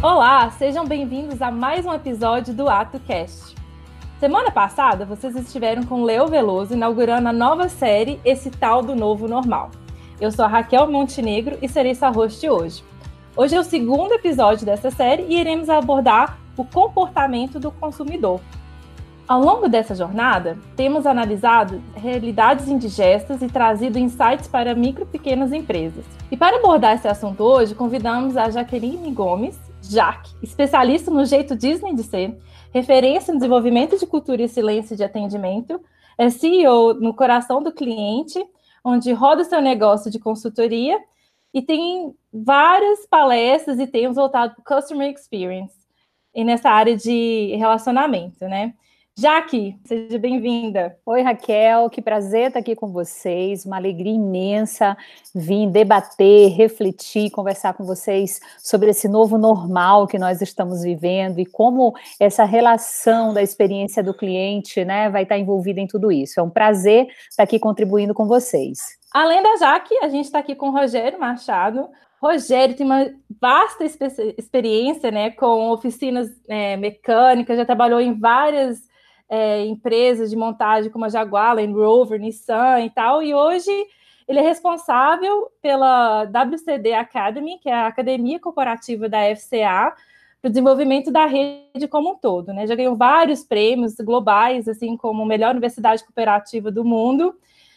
Olá, sejam bem-vindos a mais um episódio do AtoCast. Semana passada, vocês estiveram com Leo Veloso inaugurando a nova série Esse Tal do Novo Normal. Eu sou a Raquel Montenegro e serei sua host hoje. Hoje é o segundo episódio dessa série e iremos abordar o comportamento do consumidor. Ao longo dessa jornada, temos analisado realidades indigestas e trazido insights para micro e pequenas empresas. E para abordar esse assunto hoje, convidamos a Jaqueline Gomes, Jaque, especialista no jeito Disney de ser, referência no desenvolvimento de cultura e excelência de atendimento, é CEO no Coração do Cliente, onde roda seu negócio de consultoria e tem várias palestras e temas voltados para o Customer Experience e nessa área de relacionamento, né? Jaque, seja bem-vinda. Oi, Raquel, que prazer estar aqui com vocês, uma alegria imensa vir debater, refletir, conversar com vocês sobre esse novo normal que nós estamos vivendo e como essa relação da experiência do cliente, né, vai estar envolvida em tudo isso. É um prazer estar aqui contribuindo com vocês. Além da Jaque, a gente está aqui com o Rogério Machado. Rogério tem uma vasta experiência, né, com oficinas mecânicas, já trabalhou em várias empresas de montagem como a Jaguar, Land Rover, Nissan e tal, e hoje ele é responsável pela WCD Academy, que é a Academia Corporativa da FCA, para o desenvolvimento da rede como um todo, né? Já ganhou vários prêmios globais, assim como melhor universidade cooperativa do mundo.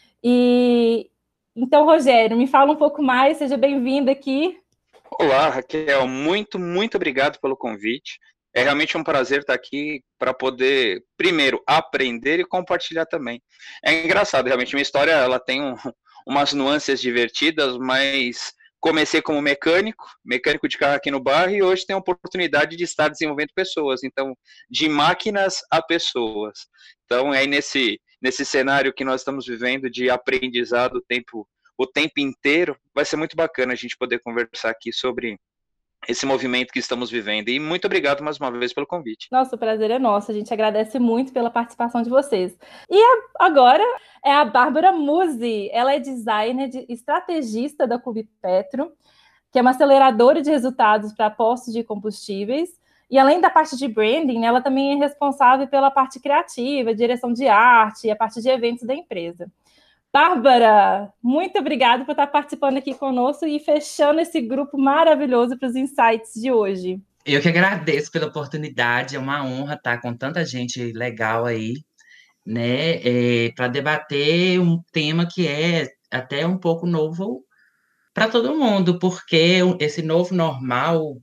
E então, Rogério, me fala um pouco mais, seja bem-vindo aqui. Olá, Raquel, muito obrigado pelo convite. É realmente um prazer estar aqui para poder, primeiro, aprender e compartilhar também. É engraçado, realmente, minha história ela tem umas nuances divertidas, mas comecei como mecânico de carro aqui no bairro, e hoje tenho a oportunidade de estar desenvolvendo pessoas, então, de máquinas a pessoas. Então, é aí nesse cenário que nós estamos vivendo de aprendizado o tempo inteiro, vai ser muito bacana a gente poder conversar aqui sobre esse movimento que estamos vivendo. E muito obrigado mais uma vez pelo convite. Nossa, o prazer é nosso. A gente agradece muito pela participação de vocês. E agora é a Bárbara Musi. Ela é designer e estrategista da Clube Petro, que é uma aceleradora de resultados para postos de combustíveis. E além da parte de branding, ela também é responsável pela parte criativa, direção de arte e a parte de eventos da empresa. Bárbara, muito obrigada por estar participando aqui conosco e fechando esse grupo maravilhoso para os insights de hoje. Eu que agradeço pela oportunidade, é uma honra estar com tanta gente legal aí, né, para debater um tema que é até um pouco novo para todo mundo, porque esse novo normal,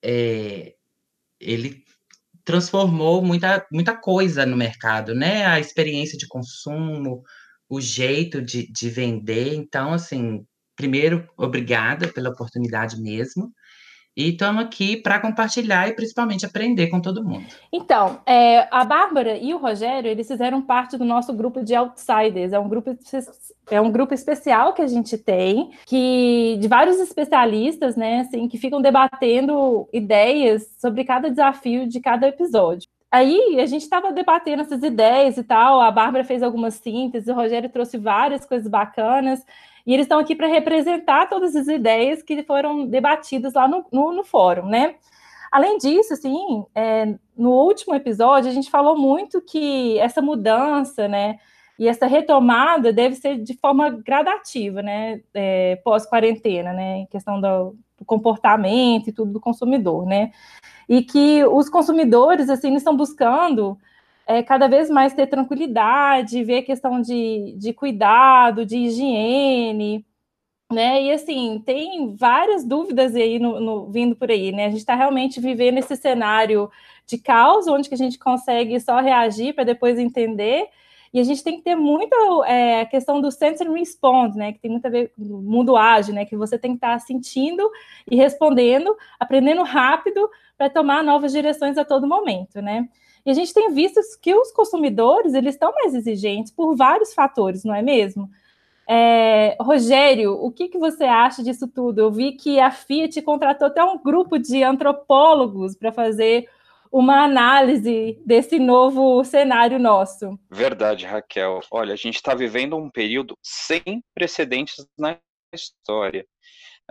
ele transformou muita coisa no mercado, né, a experiência de consumo, o jeito de vender. Então, assim, primeiro, obrigada pela oportunidade mesmo. E estamos aqui para compartilhar e principalmente aprender com todo mundo. Então, a Bárbara e o Rogério, eles fizeram parte do nosso grupo de Outsiders. É um grupo especial que a gente tem, de vários especialistas, né, assim, que ficam debatendo ideias sobre cada desafio de cada episódio. Aí a gente estava debatendo essas ideias e tal, a Bárbara fez algumas sínteses, o Rogério trouxe várias coisas bacanas, e eles estão aqui para representar todas as ideias que foram debatidas lá no fórum, né? Além disso, assim, no último episódio, a gente falou muito que essa mudança, né, e essa retomada deve ser de forma gradativa, né, pós-quarentena, né, em questão do comportamento e tudo do consumidor, né? E que os consumidores, assim, estão buscando cada vez mais ter tranquilidade, ver a questão de cuidado, de higiene, né? E, assim, tem várias dúvidas aí vindo por aí, né? A gente está realmente vivendo esse cenário de caos, onde que a gente consegue só reagir para depois entender, e a gente tem que ter muito a questão do sense and respond, né? Que tem muito a ver com o mundo ágil, né? Que você tem que estar sentindo e respondendo, aprendendo rápido para tomar novas direções a todo momento, né? E a gente tem visto que os consumidores, eles estão mais exigentes por vários fatores, não é mesmo? Rogério, o que você acha disso tudo? Eu vi que a Fiat contratou até um grupo de antropólogos para fazer uma análise desse novo cenário nosso. Verdade, Raquel. Olha, a gente está vivendo um período sem precedentes na história.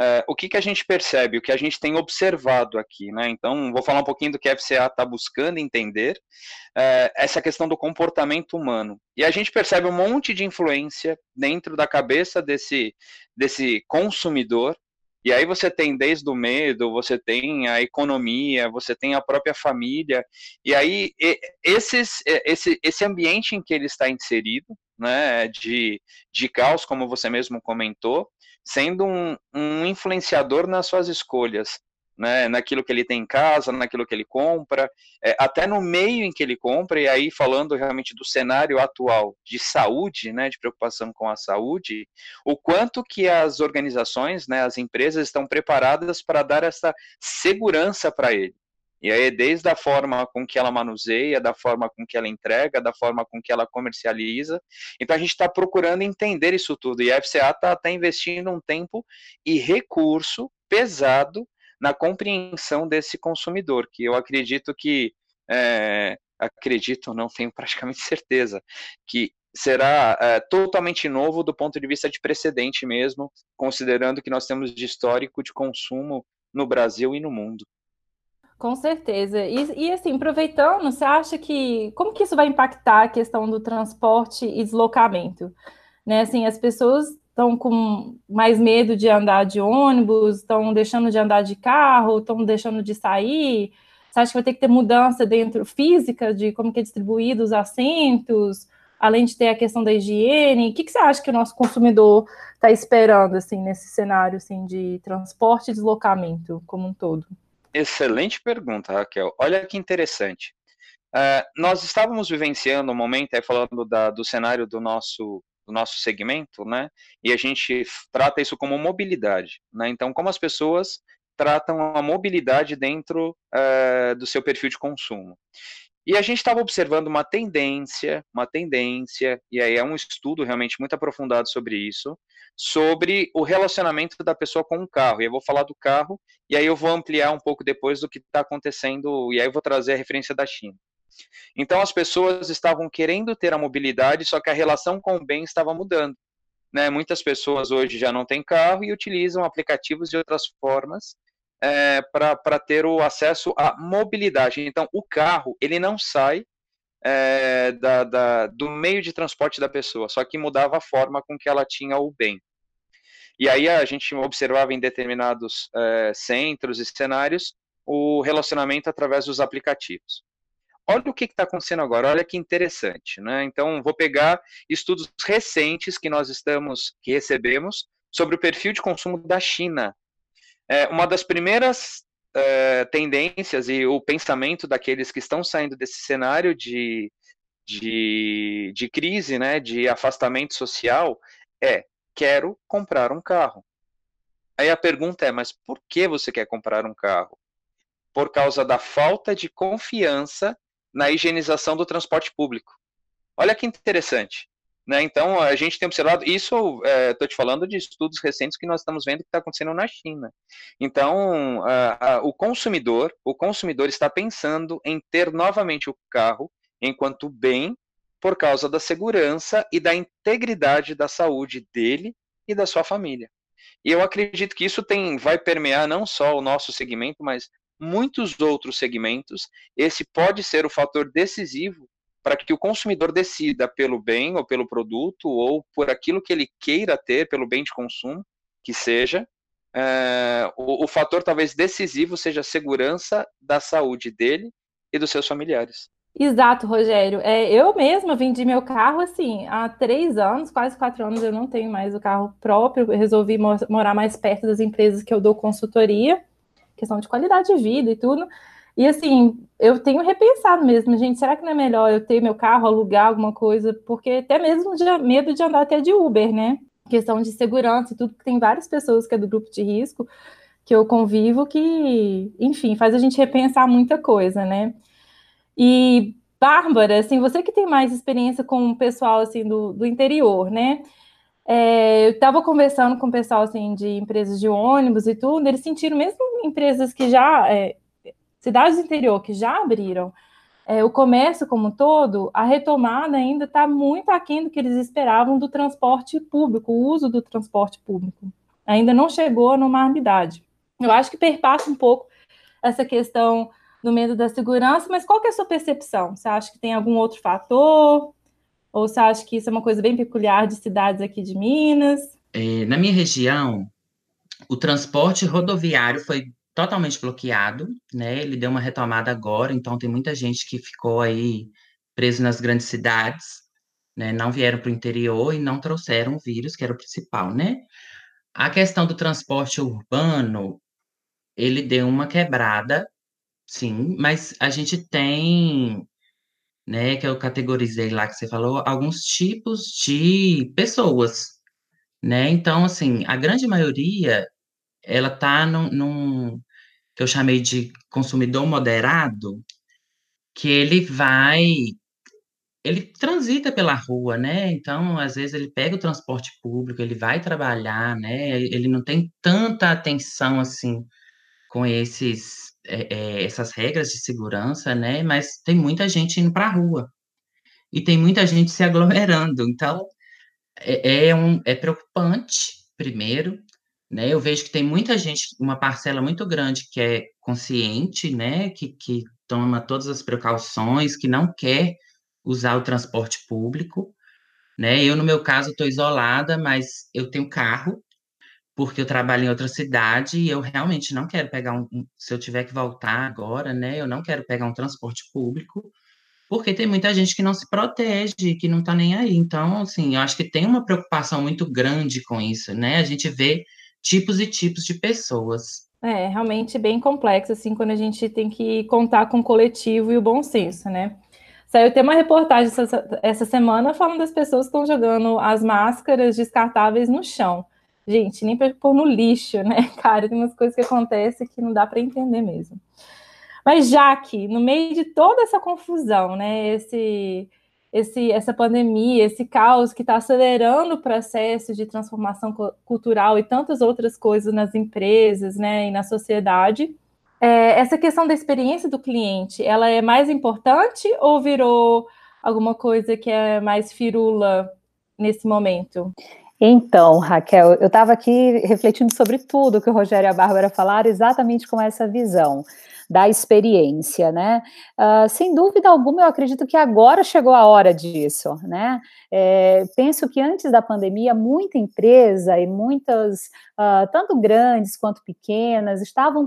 o que a gente percebe, o que a gente tem observado aqui, né? Então, vou falar um pouquinho do que a FCA está buscando entender, essa questão do comportamento humano. E a gente percebe um monte de influência dentro da cabeça desse consumidor. E aí você tem desde o medo, você tem a economia, você tem a própria família, e aí esse ambiente em que ele está inserido, né, de caos, como você mesmo comentou, sendo um influenciador nas suas escolhas, né, naquilo que ele tem em casa, naquilo que ele compra, até no meio em que ele compra, e aí falando realmente do cenário atual de saúde, né, de preocupação com a saúde, o quanto que as organizações, né, as empresas estão preparadas para dar essa segurança para ele. E aí, desde a forma com que ela manuseia, da forma com que ela entrega, da forma com que ela comercializa. Então, a gente está procurando entender isso tudo. E a FCA está investindo um tempo e recurso pesado na compreensão desse consumidor, que eu acredito que, não tenho praticamente certeza, que será totalmente novo do ponto de vista de precedente mesmo, considerando que nós temos de histórico de consumo no Brasil e no mundo. Com certeza. E assim, aproveitando, você acha como que isso vai impactar a questão do transporte e deslocamento? Né, assim, as pessoas estão com mais medo de andar de ônibus, estão deixando de andar de carro, estão deixando de sair. Você acha que vai ter que ter mudança dentro física de como que é distribuído os assentos, além de ter a questão da higiene? O que você acha que o nosso consumidor está esperando assim nesse cenário assim de transporte e deslocamento como um todo? Excelente pergunta, Raquel. Olha que interessante. Nós estávamos vivenciando um momento, falando do cenário do nosso segmento, né? E a gente trata isso como mobilidade, né? Então, como as pessoas tratam a mobilidade dentro do seu perfil de consumo. E a gente estava observando uma tendência, e aí é um estudo realmente muito aprofundado sobre isso, sobre o relacionamento da pessoa com o carro. E eu vou falar do carro, e aí eu vou ampliar um pouco depois do que está acontecendo, e aí eu vou trazer a referência da China. Então as pessoas estavam querendo ter a mobilidade, só que a relação com o bem estava mudando. Né? Muitas pessoas hoje já não têm carro e utilizam aplicativos de outras formas para ter o acesso à mobilidade. Então, o carro, ele não sai do meio de transporte da pessoa, só que mudava a forma com que ela tinha o bem. E aí a gente observava em determinados centros e cenários o relacionamento através dos aplicativos. Olha o que está acontecendo agora, olha que interessante, né? Então, vou pegar estudos recentes que recebemos sobre o perfil de consumo da China. Uma das primeiras tendências e o pensamento daqueles que estão saindo desse cenário de crise, né, de afastamento social, quero comprar um carro. Aí a pergunta é, mas por que você quer comprar um carro? Por causa da falta de confiança na higienização do transporte público. Olha que interessante. Né? Então, a gente tem observado, isso estou te falando de estudos recentes que nós estamos vendo que está acontecendo na China. Então, o consumidor está pensando em ter novamente o carro enquanto bem por causa da segurança e da integridade da saúde dele e da sua família. E eu acredito que isso vai permear não só o nosso segmento, mas muitos outros segmentos. Esse pode ser o fator decisivo para que o consumidor decida pelo bem ou pelo produto ou por aquilo que ele queira ter, pelo bem de consumo, que seja. O fator talvez decisivo seja a segurança da saúde dele e dos seus familiares. Exato, Rogério. Eu mesma vendi meu carro assim há 3 anos, quase 4 anos. Eu não tenho mais o carro próprio. Eu resolvi morar mais perto das empresas que eu dou consultoria, questão de qualidade de vida e tudo. E assim, eu tenho repensado mesmo, gente, será que não é melhor eu ter meu carro, alugar alguma coisa? Porque até mesmo de medo de andar até de Uber, né? Questão de segurança e tudo, porque tem várias pessoas que é do grupo de risco que eu convivo que, enfim, faz a gente repensar muita coisa, né? E, Bárbara, assim, você que tem mais experiência com o pessoal, assim, do interior, né? Eu estava conversando com o pessoal, assim, de empresas de ônibus e tudo, eles sentiram, mesmo empresas que já... cidades do interior que já abriram, o comércio como um todo, a retomada ainda está muito aquém do que eles esperavam do transporte público, o uso do transporte público. ainda não chegou à normalidade. Eu acho que perpassa um pouco essa questão do medo da segurança, mas qual que é a sua percepção? Você acha que tem algum outro fator? Ou você acha que isso é uma coisa bem peculiar de cidades aqui de Minas? Na minha região, o transporte rodoviário foi totalmente bloqueado, né? Ele deu uma retomada agora, então tem muita gente que ficou aí preso nas grandes cidades, né? Não vieram para o interior e não trouxeram o vírus, que era o principal, né? A questão do transporte urbano, ele deu uma quebrada, sim, mas a gente tem, né, que eu categorizei lá que você falou, alguns tipos de pessoas, né? Então, assim, a grande maioria, ela tá num que eu chamei de consumidor moderado, que ele transita pela rua, né? Então, às vezes ele pega o transporte público, ele vai trabalhar, né? Ele não tem tanta atenção assim com essas regras de segurança, né? Mas tem muita gente indo para a rua e tem muita gente se aglomerando. Então, é preocupante, primeiro, né? Eu vejo que tem muita gente, uma parcela muito grande que é consciente, né? Que toma todas as precauções, que não quer usar o transporte público, né? Eu, no meu caso, estou isolada, mas eu tenho carro, porque eu trabalho em outra cidade e eu realmente não quero pegar se eu tiver que voltar agora, né? Eu não quero pegar um transporte público, porque tem muita gente que não se protege, que não está nem aí. Então, assim, eu acho que tem uma preocupação muito grande com isso, né? A gente vê tipos e tipos de pessoas. É realmente bem complexo, assim, quando a gente tem que contar com o coletivo e o bom senso, né? Saiu até uma reportagem essa semana falando das pessoas que estão jogando as máscaras descartáveis no chão. Gente, nem para pôr no lixo, né, cara? Tem umas coisas que acontecem que não dá para entender mesmo. Mas, Jaque, no meio de toda essa confusão, né, essa pandemia, esse caos que está acelerando o processo de transformação cultural e tantas outras coisas nas empresas, né, e na sociedade, essa questão da experiência do cliente, ela é mais importante ou virou alguma coisa que é mais firula nesse momento? Então, Raquel, eu estava aqui refletindo sobre tudo que o Rogério e a Bárbara falaram, exatamente com essa visão da experiência, né? Sem dúvida alguma, eu acredito que agora chegou a hora disso, né? Penso que antes da pandemia, muita empresa e muitas, tanto grandes quanto pequenas, estavam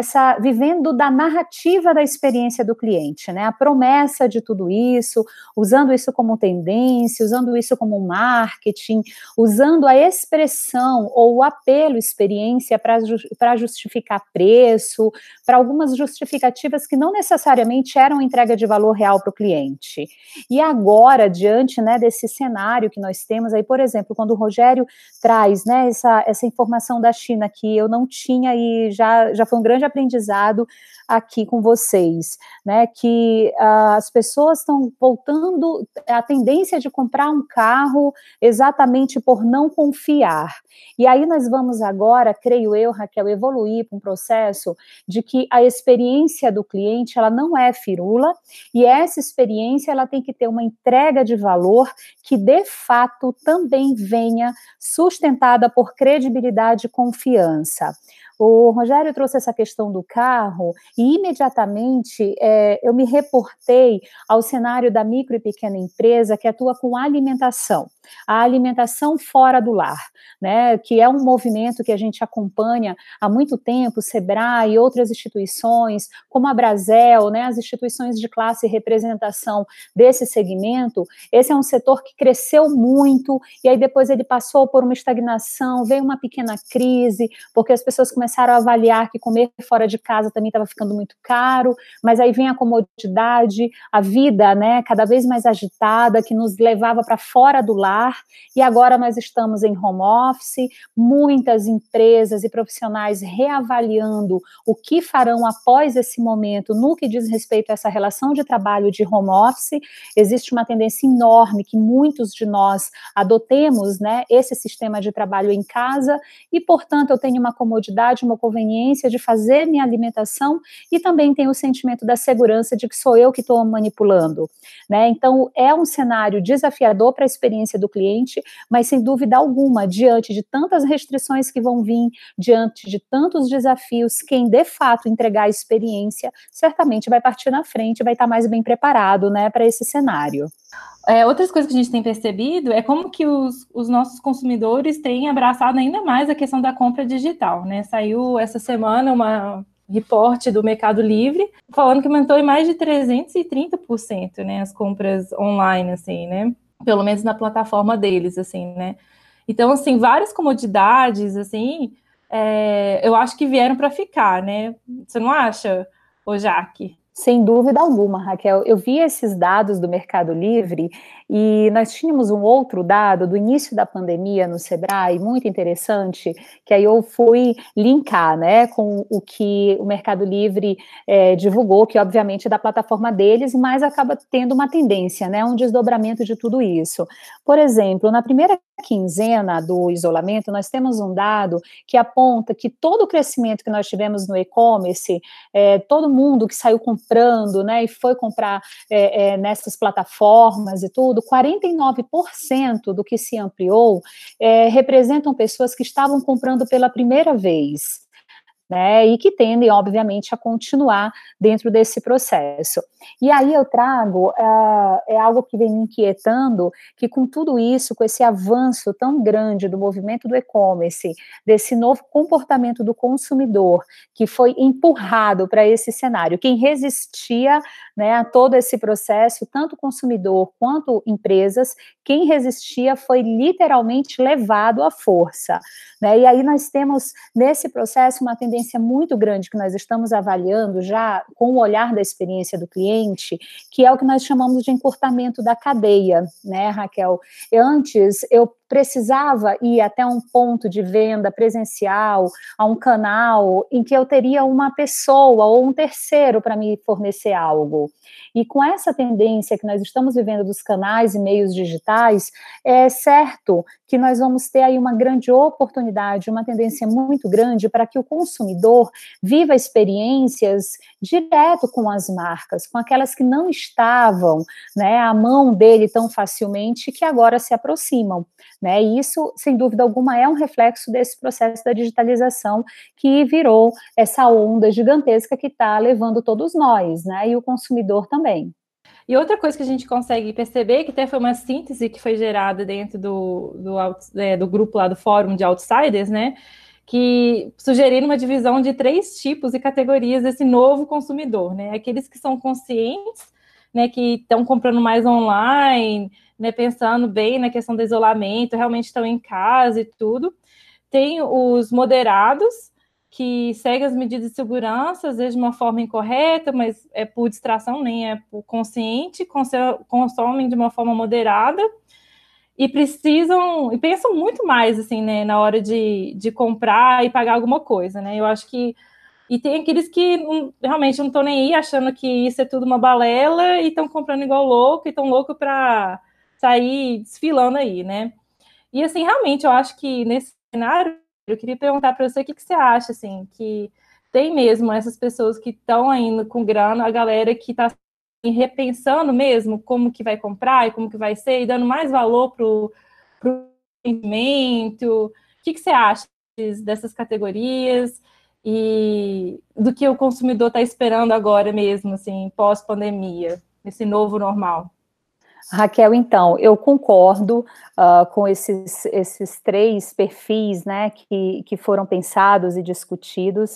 vivendo da narrativa da experiência do cliente, né? A promessa de tudo isso, usando isso como tendência, usando isso como marketing, usando a expressão ou o apelo experiência para justificar preço, para algumas justificativas que não necessariamente eram entrega de valor real para o cliente. E agora, diante, né, desse cenário que nós temos aí, por exemplo, quando o Rogério traz, né, essa informação da China que eu não tinha e já foi um grande aprendizado aqui com vocês, né, que as pessoas estão voltando à tendência de comprar um carro exatamente por não confiar. E aí nós vamos agora, creio eu, Raquel, evoluir para um processo de que a experiência do cliente, ela não é firula, e essa experiência, ela tem que ter uma entrega de valor que, de fato, também venha sustentada por credibilidade e confiança. O Rogério trouxe essa questão do carro e imediatamente eu me reportei ao cenário da micro e pequena empresa que atua com alimentação. A alimentação fora do lar, né, que é um movimento que a gente acompanha há muito tempo, o Sebrae e outras instituições, como a Brasel, né, as instituições de classe e representação desse segmento. Esse é um setor que cresceu muito e aí depois ele passou por uma estagnação, veio uma pequena crise, porque as pessoas começaram a avaliar que comer fora de casa também estava ficando muito caro, mas aí vem a comodidade, a vida, né, cada vez mais agitada, que nos levava para fora do lar, e agora nós estamos em home office, muitas empresas e profissionais reavaliando o que farão após esse momento no que diz respeito a essa relação de trabalho de home office. Existe uma tendência enorme que muitos de nós adotemos, né, esse sistema de trabalho em casa e, portanto, eu tenho uma comodidade, uma conveniência de fazer minha alimentação e também tenho o sentimento da segurança de que sou eu que estou manipulando, né? Então, é um cenário desafiador para a experiência do cliente, mas sem dúvida alguma, diante de tantas restrições que vão vir, diante de tantos desafios, quem de fato entregar a experiência, certamente vai partir na frente, vai estar mais bem preparado, né, para esse cenário. Outras coisas que a gente tem percebido é como que os nossos consumidores têm abraçado ainda mais a questão da compra digital, né? Saiu essa semana uma reporte do Mercado Livre falando que aumentou em mais de 330%, né, as compras online, assim, né? Pelo menos na plataforma deles, assim, né? Então, assim, várias comodidades, assim, eu acho que vieram para ficar, né? Você não acha, ô Jaque? Sem dúvida alguma, Raquel. Eu vi esses dados do Mercado Livre e nós tínhamos um outro dado do início da pandemia no Sebrae, muito interessante, que aí eu fui linkar, né, com o que o Mercado Livre divulgou, que obviamente é da plataforma deles, mas acaba tendo uma tendência, né, um desdobramento de tudo isso. Por exemplo, na primeira quinzena do isolamento, nós temos um dado que aponta que todo o crescimento que nós tivemos no e-commerce, todo mundo que saiu comprando, né, e foi comprar nessas plataformas e tudo, 49% do que se ampliou representam pessoas que estavam comprando pela primeira vez, né, e que tendem, obviamente, a continuar dentro desse processo. E aí eu trago, algo que vem me inquietando, que com tudo isso, com esse avanço tão grande do movimento do e-commerce, desse novo comportamento do consumidor, que foi empurrado para esse cenário, quem resistia, né, a todo esse processo, tanto consumidor quanto empresas, quem resistia foi literalmente levado à força, né, e aí nós temos, nesse processo, uma tendência muito grande que nós estamos avaliando já com o olhar da experiência do cliente, que é o que nós chamamos de encurtamento da cadeia, né, Raquel? Antes, eu precisava ir até um ponto de venda presencial, a um canal em que eu teria uma pessoa ou um terceiro para me fornecer algo. E com essa tendência que nós estamos vivendo dos canais e meios digitais, é certo que nós vamos ter aí uma grande oportunidade, uma tendência muito grande para que o consumidor viva experiências direto com as marcas, com aquelas que não estavam, né, à mão dele tão facilmente, que agora se aproximam, né? E isso, sem dúvida alguma, é um reflexo desse processo da digitalização que virou essa onda gigantesca que está levando todos nós, né? E o consumidor também. E outra coisa que a gente consegue perceber, que até foi uma síntese que foi gerada dentro do grupo lá do Fórum de Outsiders, né? Que sugeriram uma divisão de 3 tipos e categorias desse novo consumidor, né? Aqueles que são conscientes, né, que estão comprando mais online, né, pensando bem na questão do isolamento, realmente estão em casa e tudo. Tem os moderados, que seguem as medidas de segurança, às vezes de uma forma incorreta, mas é por distração, nem é por consciente, consomem de uma forma moderada, e precisam, e pensam muito mais, assim, né, na hora de comprar e pagar alguma coisa, né? Eu acho que, e tem aqueles que realmente não estão nem aí, achando que isso é tudo uma balela, e estão comprando igual louco, e estão loucos para sair desfilando aí, né? E, assim, realmente, eu acho que nesse cenário, eu queria perguntar para você o que você acha, assim, que tem mesmo essas pessoas que estão ainda com grana, a galera que está repensando mesmo como que vai comprar e como que vai ser, e dando mais valor para o investimento. O que você acha dessas categorias e do que o consumidor está esperando agora mesmo, assim, pós-pandemia, esse novo normal? Raquel, então, eu concordo com esses 3 perfis, né, que foram pensados e discutidos.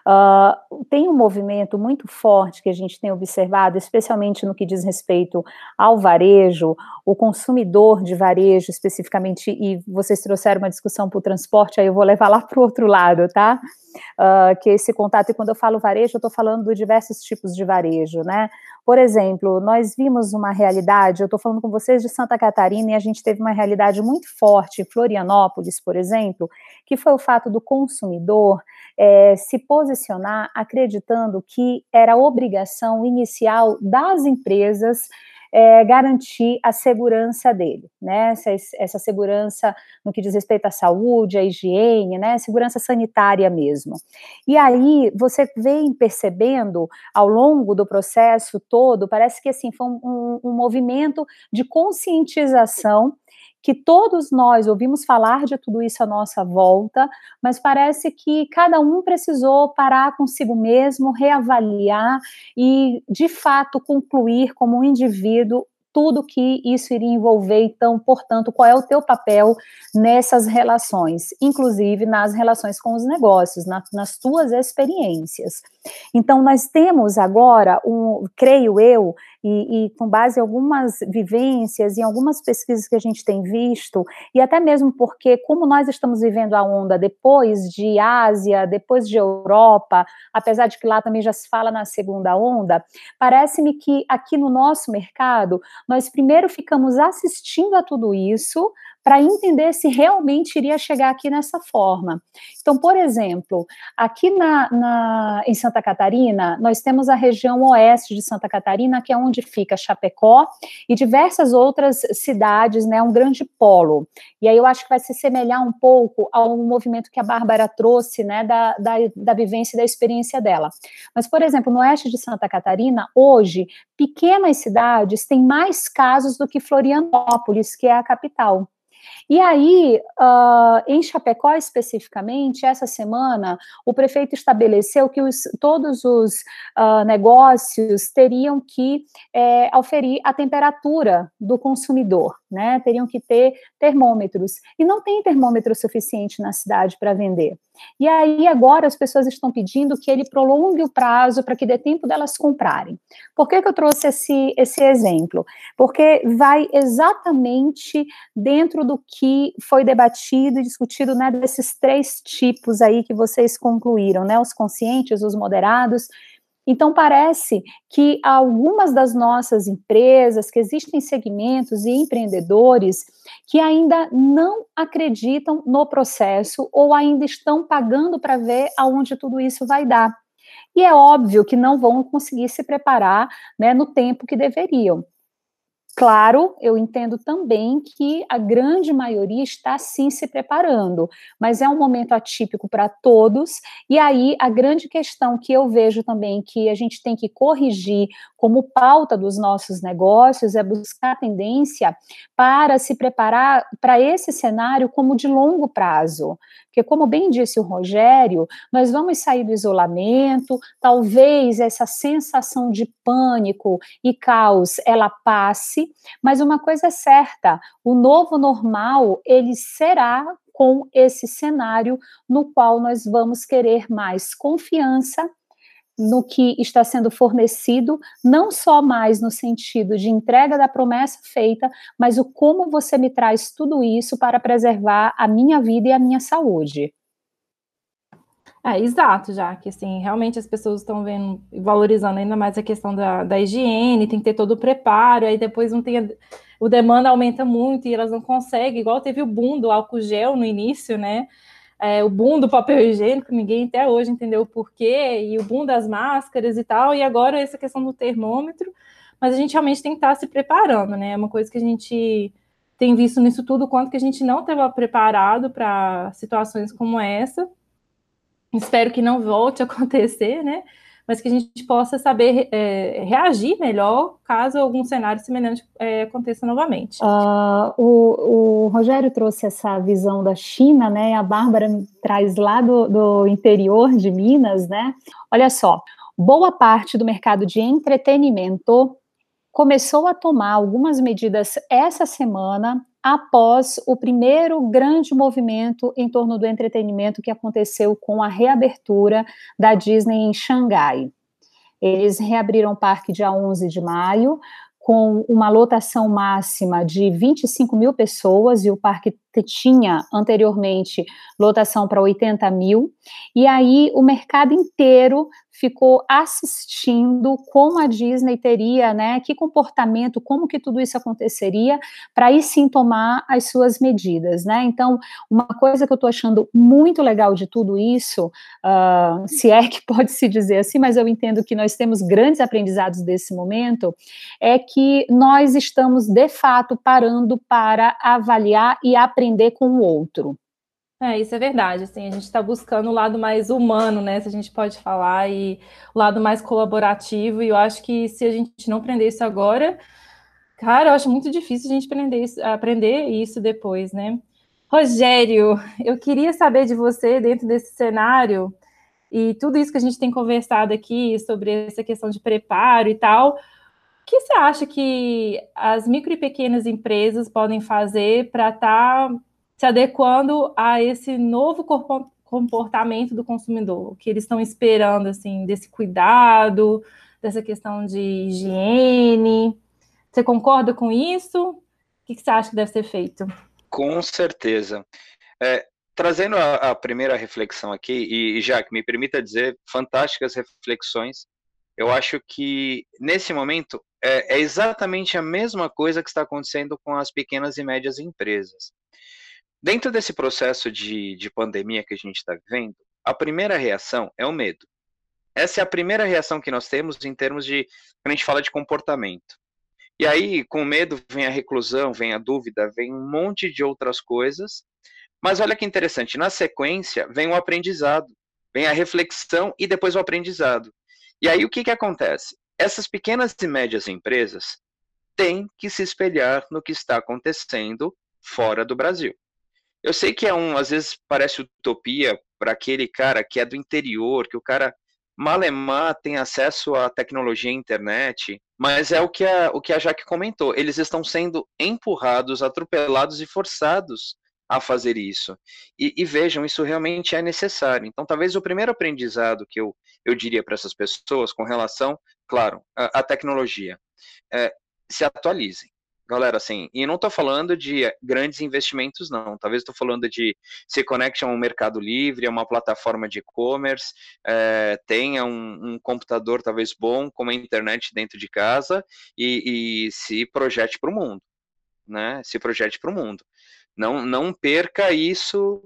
Tem um movimento muito forte que a gente tem observado, especialmente no que diz respeito ao varejo, o consumidor de varejo especificamente, e vocês trouxeram uma discussão para o transporte, aí eu vou levar lá para o outro lado, tá? Que esse contato, e quando eu falo varejo, eu estou falando de diversos tipos de varejo, né? Por exemplo, nós vimos uma realidade, eu estou falando com vocês de Santa Catarina, e a gente teve uma realidade muito forte em Florianópolis, por exemplo, que foi o fato do consumidor se posicionar acreditando que era obrigação inicial das empresas garantir a segurança dele, né, essa segurança no que diz respeito à saúde, à higiene, né, segurança sanitária mesmo. E aí você vem percebendo ao longo do processo todo, parece que assim foi um movimento de conscientização que todos nós ouvimos falar de tudo isso à nossa volta, mas parece que cada um precisou parar consigo mesmo, reavaliar e, de fato, concluir como um indivíduo tudo que isso iria envolver. Então, portanto, qual é o teu papel nessas relações, inclusive nas relações com os negócios, nas tuas experiências. Então, nós temos agora, creio eu, e com base em algumas vivências, em algumas pesquisas que a gente tem visto, e até mesmo porque, como nós estamos vivendo a onda depois de Ásia, depois de Europa, apesar de que lá também já se fala na segunda onda, parece-me que aqui no nosso mercado, nós primeiro ficamos assistindo a tudo isso para entender se realmente iria chegar aqui nessa forma. Então, por exemplo, aqui em Santa Catarina, nós temos a região oeste de Santa Catarina, que é onde fica Chapecó e diversas outras cidades, né, um grande polo. E aí eu acho que vai se semelhar um pouco ao movimento que a Bárbara trouxe, né, da vivência e da experiência dela. Mas, por exemplo, no oeste de Santa Catarina, hoje, pequenas cidades têm mais casos do que Florianópolis, que é a capital. E aí, em Chapecó especificamente, essa semana, o prefeito estabeleceu que todos os negócios teriam que auferir a temperatura do consumidor, né? Teriam que ter termômetros. E não tem termômetro suficiente na cidade para vender. E aí, agora, as pessoas estão pedindo que ele prolongue o prazo para que dê tempo delas comprarem. Por que eu trouxe esse exemplo? Porque vai exatamente dentro do que foi debatido e discutido, né, desses 3 tipos aí que vocês concluíram, né, os conscientes, os moderados. Então, parece que algumas das nossas empresas, que existem segmentos e empreendedores que ainda não acreditam no processo ou ainda estão pagando para ver aonde tudo isso vai dar. E é óbvio que não vão conseguir se preparar, né, no tempo que deveriam. Claro, eu entendo também que a grande maioria está sim se preparando, mas é um momento atípico para todos, e aí a grande questão que eu vejo também que a gente tem que corrigir como pauta dos nossos negócios é buscar tendência para se preparar para esse cenário como de longo prazo. Porque, como bem disse o Rogério, nós vamos sair do isolamento, talvez essa sensação de pânico e caos, ela passe, mas uma coisa é certa, o novo normal, ele será com esse cenário no qual nós vamos querer mais confiança no que está sendo fornecido, não só mais no sentido de entrega da promessa feita, mas o como você me traz tudo isso para preservar a minha vida e a minha saúde. Exato, já que assim, realmente as pessoas estão vendo, valorizando ainda mais a questão da higiene, tem que ter todo o preparo, aí depois não tem o demanda aumenta muito e elas não conseguem, igual teve o boom do álcool gel no início, né? O boom do papel higiênico, ninguém até hoje entendeu o porquê, e o boom das máscaras e tal, e agora essa questão do termômetro, mas a gente realmente tem que estar se preparando, né? É uma coisa que a gente tem visto nisso tudo, quanto que a gente não estava preparado para situações como essa. Espero que não volte a acontecer, né? Mas que a gente possa saber reagir melhor caso algum cenário semelhante aconteça novamente. O Rogério trouxe essa visão da China, né? A Bárbara traz lá do interior de Minas, né? Olha só, boa parte do mercado de entretenimento começou a tomar algumas medidas essa semana após o primeiro grande movimento em torno do entretenimento que aconteceu com a reabertura da Disney em Xangai. Eles reabriram o parque dia 11 de maio, com uma lotação máxima de 25 mil pessoas, e o parque tinha anteriormente lotação para 80 mil, e aí o mercado inteiro ficou assistindo como a Disney teria, né, que comportamento, como que tudo isso aconteceria, para aí sim tomar as suas medidas, né? Então, uma coisa que eu estou achando muito legal de tudo isso, se é que pode se dizer assim, mas eu entendo que nós temos grandes aprendizados desse momento, é que nós estamos, de fato, parando para avaliar e aprender com o outro. Isso é verdade, assim, a gente está buscando o lado mais humano, né, se a gente pode falar, e o lado mais colaborativo, e eu acho que se a gente não aprender isso agora, Cara, eu acho muito difícil a gente aprender isso depois, né? Rogério, eu queria saber de você, dentro desse cenário, e tudo isso que a gente tem conversado aqui sobre essa questão de preparo e tal, o que você acha que as micro e pequenas empresas podem fazer para estar se adequando a esse novo comportamento do consumidor? O que eles estão esperando, assim, desse cuidado, dessa questão de higiene? Você concorda com isso? O que você acha que deve ser feito? Com certeza. Trazendo a primeira reflexão aqui, e Jaque, me permita dizer, fantásticas reflexões. Eu acho que, nesse momento, é exatamente a mesma coisa que está acontecendo com as pequenas e médias empresas. Dentro desse processo de pandemia que a gente está vivendo, a primeira reação é o medo. Essa é a primeira reação que nós temos em termos de, quando a gente fala de comportamento. E aí, com medo, vem a reclusão, vem a dúvida, vem um monte de outras coisas. Mas olha que interessante, na sequência, vem o aprendizado, vem a reflexão e depois o aprendizado. E aí, o que acontece? Essas pequenas e médias empresas têm que se espelhar no que está acontecendo fora do Brasil. Eu sei que às vezes parece utopia para aquele cara que é do interior, que o cara malemar tem acesso à tecnologia e internet, mas é o que a Jaque comentou, eles estão sendo empurrados, atropelados e forçados a fazer isso. E vejam, isso realmente é necessário. Então, talvez o primeiro aprendizado que eu diria para essas pessoas com relação, claro, à tecnologia, se atualizem. Galera, assim, e não estou falando de grandes investimentos, não. Talvez estou falando de se conecte a um Mercado Livre, a uma plataforma de e-commerce, tenha um computador talvez bom, com uma internet dentro de casa e se projete para o mundo, né? Se projete para o mundo. Não perca isso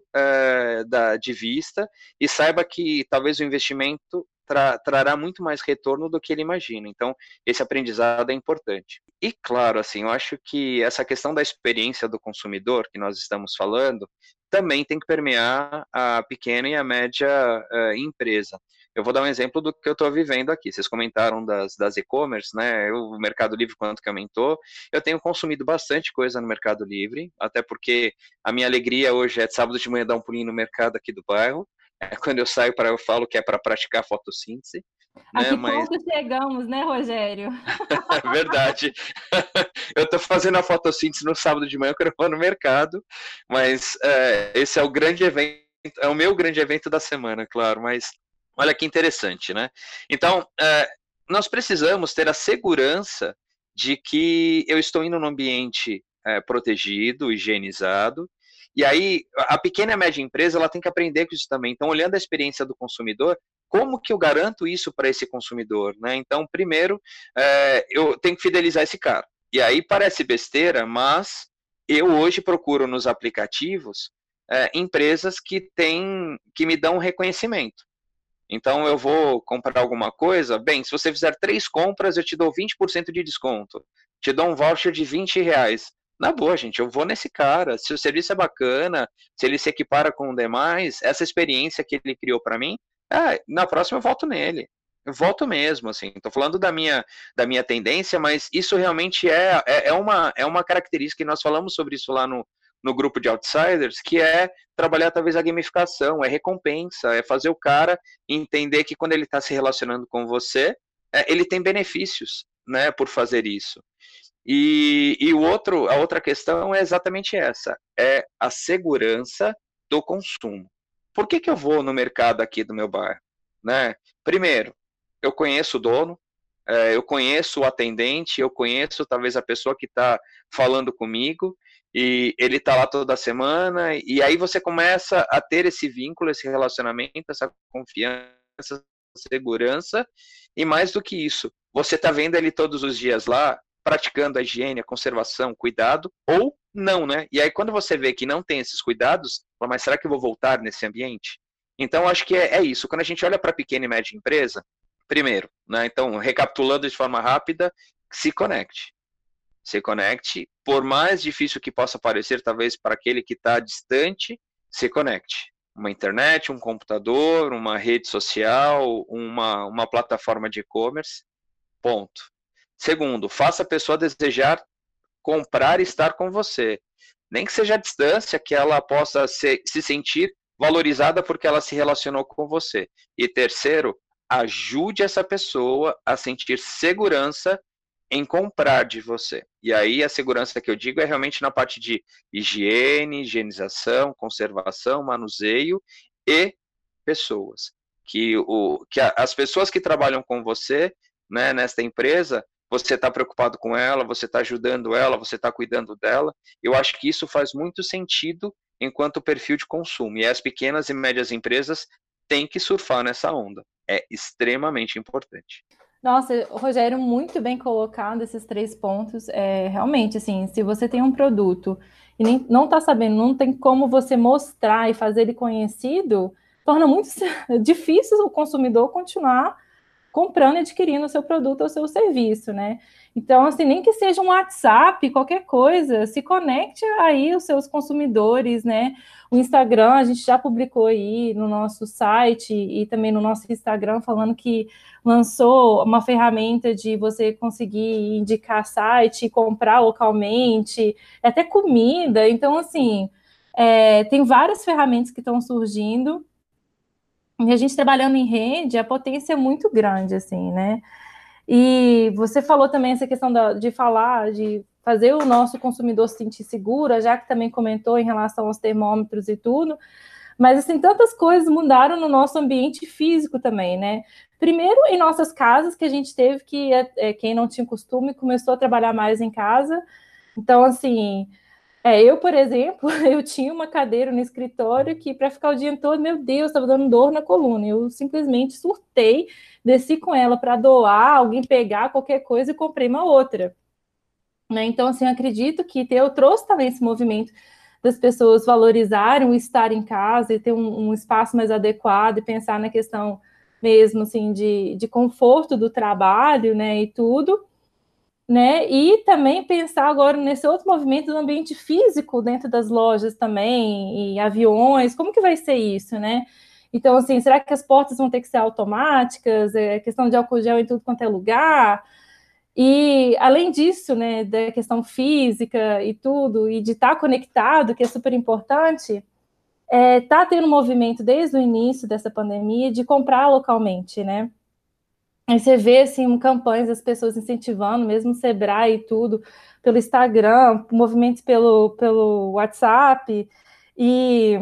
de vista e saiba que talvez o investimento trará muito mais retorno do que ele imagina. Então, esse aprendizado é importante. E, claro, assim, eu acho que essa questão da experiência do consumidor que nós estamos falando também tem que permear a pequena e a média empresa. Eu vou dar um exemplo do que eu estou vivendo aqui. Vocês comentaram das e-commerce, né? O Mercado Livre, quanto que aumentou. Eu tenho consumido bastante coisa no Mercado Livre, até porque a minha alegria hoje é de sábado de manhã dar um pulinho no mercado aqui do bairro. Quando eu saio eu falo que é para praticar fotossíntese. A Né? que Mas... ponto chegamos, né, Rogério? É verdade. Eu estou fazendo a fotossíntese no sábado de manhã quando eu vou no mercado, mas esse é o grande evento, é o meu grande evento da semana, claro, mas olha que interessante, né? Então, nós precisamos ter a segurança de que eu estou indo num ambiente protegido, higienizado, e aí a pequena e média empresa ela tem que aprender com isso também. Então, olhando a experiência do consumidor, como que eu garanto isso para esse consumidor, né? Então, primeiro, eu tenho que fidelizar esse cara. E aí parece besteira, mas eu hoje procuro nos aplicativos empresas que me dão reconhecimento. Então, eu vou comprar alguma coisa, bem, se você fizer 3 compras, eu te dou 20% de desconto. Te dou um voucher de R$20. Na boa, gente, eu vou nesse cara. Se o serviço é bacana, se ele se equipara com o demais, essa experiência que ele criou para mim, na próxima eu volto nele. Eu volto mesmo, assim. Estou falando da minha tendência, mas isso realmente é uma característica, e nós falamos sobre isso lá no grupo de Outsiders, que é trabalhar talvez a gamificação, é recompensa, é fazer o cara entender que quando ele está se relacionando com você, ele tem benefícios, né, por fazer isso. E a outra questão é exatamente essa, é a segurança do consumo. Por que eu vou no mercado aqui do meu bairro? Né? Primeiro, eu conheço o dono, eu conheço o atendente, eu conheço talvez a pessoa que está falando comigo, e ele está lá toda semana, e aí você começa a ter esse vínculo, esse relacionamento, essa confiança, essa segurança, e mais do que isso, você está vendo ele todos os dias lá, praticando a higiene, a conservação, cuidado, ou não, né? E aí quando você vê que não tem esses cuidados, mas será que eu vou voltar nesse ambiente? Então, acho que é isso. Quando a gente olha para a pequena e média empresa, primeiro, né? Então, recapitulando de forma rápida, se conecte. Se conecte, por mais difícil que possa parecer, talvez para aquele que está distante, se conecte. Uma internet, um computador, uma rede social, uma plataforma de e-commerce, ponto. Segundo, faça a pessoa desejar comprar e estar com você. Nem que seja a distância, que ela possa se sentir valorizada porque ela se relacionou com você. E terceiro, ajude essa pessoa a sentir segurança em comprar de você. E aí a segurança que eu digo é realmente na parte de higiene, higienização, conservação, manuseio e pessoas. As pessoas que trabalham com você, né, nesta empresa, você está preocupado com ela, você está ajudando ela, você está cuidando dela. Eu acho que isso faz muito sentido enquanto perfil de consumo. E as pequenas e médias empresas têm que surfar nessa onda. É extremamente importante. Nossa, Rogério, muito bem colocado esses 3 pontos. Realmente, assim, se você tem um produto e não está sabendo, não tem como você mostrar e fazer ele conhecido, torna muito difícil o consumidor continuar comprando e adquirindo o seu produto ou o seu serviço, né? Então, assim, nem que seja um WhatsApp, qualquer coisa, se conecte aí os seus consumidores, né? O Instagram, a gente já publicou aí no nosso site e também no nosso Instagram, falando que lançou uma ferramenta de você conseguir indicar site, comprar localmente, até comida. Então, assim, tem várias ferramentas que estão surgindo. E a gente trabalhando em rede, a potência é muito grande, assim, né? E você falou também essa questão de falar, de fazer o nosso consumidor se sentir seguro, já que também comentou em relação aos termômetros e tudo, mas assim, tantas coisas mudaram no nosso ambiente físico também, né? Primeiro, em nossas casas, que a gente teve que, quem não tinha costume, começou a trabalhar mais em casa. Então, assim, eu, por exemplo, eu tinha uma cadeira no escritório que para ficar o dia todo, meu Deus, estava dando dor na coluna. Eu simplesmente surtei, desci com ela para doar, alguém pegar qualquer coisa e comprei uma outra. Né? Então, assim, eu acredito que eu trouxe também esse movimento das pessoas valorizarem o estar em casa e ter um espaço mais adequado e pensar na questão mesmo assim de conforto do trabalho, né, e tudo, né? E também pensar agora nesse outro movimento do ambiente físico dentro das lojas também, e aviões, como que vai ser isso, né? Então, assim, será que as portas vão ter que ser automáticas? Questão de álcool gel em tudo quanto é lugar? E, além disso, né, da questão física e tudo, e de estar conectado, que é super importante, tá tendo um movimento desde o início dessa pandemia de comprar localmente, né? Aí você vê, assim, campanhas das pessoas incentivando, mesmo o Sebrae e tudo, pelo Instagram, movimentos pelo WhatsApp, e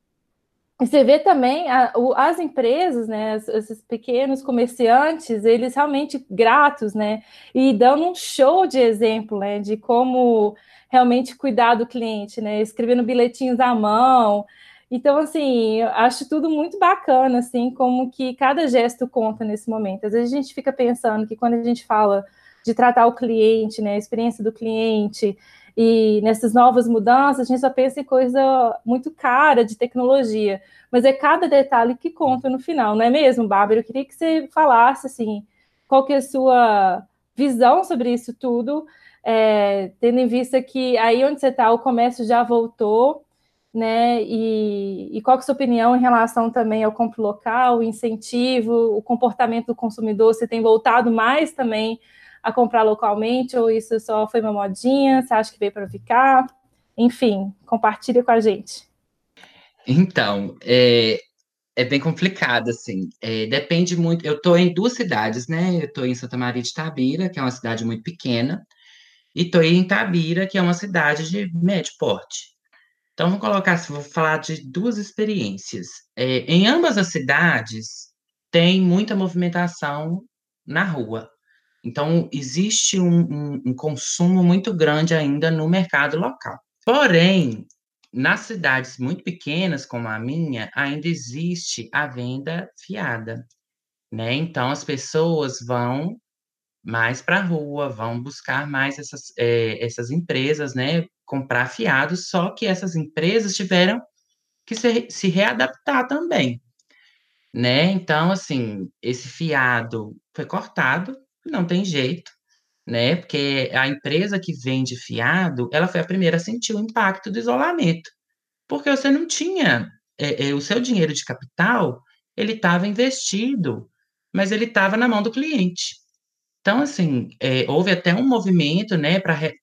você vê também as empresas, né, esses pequenos comerciantes, eles realmente gratos, né, e dando um show de exemplo, né, de como realmente cuidar do cliente, né, escrevendo bilhetinhos à mão. Então, assim, eu acho tudo muito bacana, assim, como que cada gesto conta nesse momento. Às vezes a gente fica pensando que quando a gente fala de tratar o cliente, né, a experiência do cliente, e nessas novas mudanças, a gente só pensa em coisa muito cara de tecnologia, mas é cada detalhe que conta no final, não é mesmo, Bárbara? Eu queria que você falasse, assim, qual que é a sua visão sobre isso tudo, tendo em vista que aí onde você está, o comércio já voltou, né? E qual que é a sua opinião em relação também ao compra local, o incentivo, o comportamento do consumidor? Você tem voltado mais também a comprar localmente, ou isso só foi uma modinha? Você acha que veio para ficar? Enfim, compartilha com a gente. Então, é bem complicado, assim. Depende muito. Eu estou em 2 cidades, né? Eu estou em Santa Maria de Itabira, que é uma cidade muito pequena, e estou em Itabira, que é uma cidade de médio porte. Então, vou colocar, vou falar de 2 experiências. Em ambas as cidades, tem muita movimentação na rua. Então, existe um consumo muito grande ainda no mercado local. Porém, nas cidades muito pequenas, como a minha, ainda existe a venda fiada, né? Então, as pessoas vão mais para a rua, vão buscar mais essas empresas, né? Comprar fiado, só que essas empresas tiveram que se readaptar também, né? Então, assim, esse fiado foi cortado, não tem jeito, né? Porque a empresa que vende fiado, ela foi a primeira a sentir o impacto do isolamento, porque você não tinha o seu dinheiro de capital, ele estava investido, mas ele estava na mão do cliente, Então, assim, houve até um movimento, né,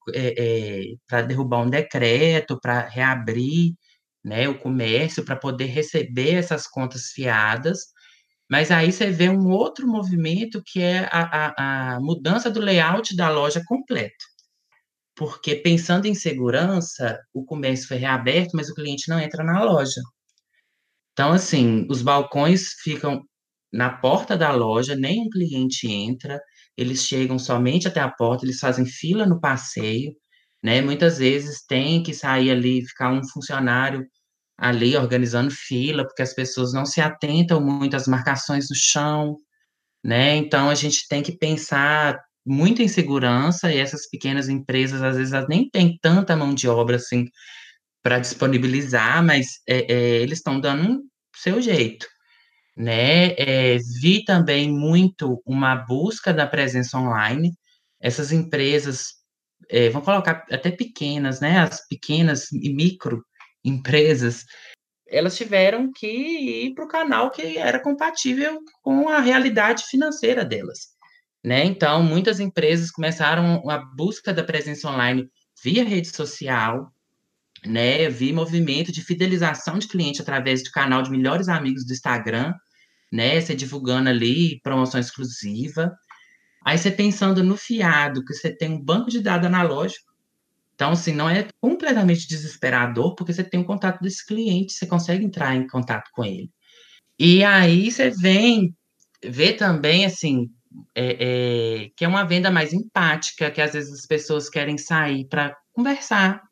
para derrubar um decreto, para reabrir, né, o comércio, para poder receber essas contas fiadas, mas aí você vê um outro movimento que é a mudança do layout da loja completa. Porque pensando em segurança, o comércio foi reaberto, mas o cliente não entra na loja. Então, assim, os balcões ficam na porta da loja, nem um cliente entra, eles chegam somente até a porta, eles fazem fila no passeio, né? Muitas vezes tem que sair ali, ficar um funcionário ali organizando fila, porque as pessoas não se atentam muito às marcações no chão, né? Então a gente tem que pensar muito em segurança, e essas pequenas empresas, às vezes, elas nem têm tanta mão de obra assim para disponibilizar, mas eles estão dando o seu jeito, né? Vi também muito uma busca da presença online. Essas empresas, vão colocar até pequenas, né? As pequenas e micro empresas, elas tiveram que ir para o canal que era compatível com a realidade financeira delas, né? Então, muitas empresas começaram a busca da presença online via rede social, né? Vi movimento de fidelização de cliente através do canal de melhores amigos do Instagram, né? Você divulgando ali promoção exclusiva. Aí você pensando no fiado, que você tem um banco de dados analógico. Então, assim, não é completamente desesperador, porque você tem um contato desse cliente, você consegue entrar em contato com ele. E aí você vê também, assim, que é uma venda mais empática, que às vezes as pessoas querem sair para conversar,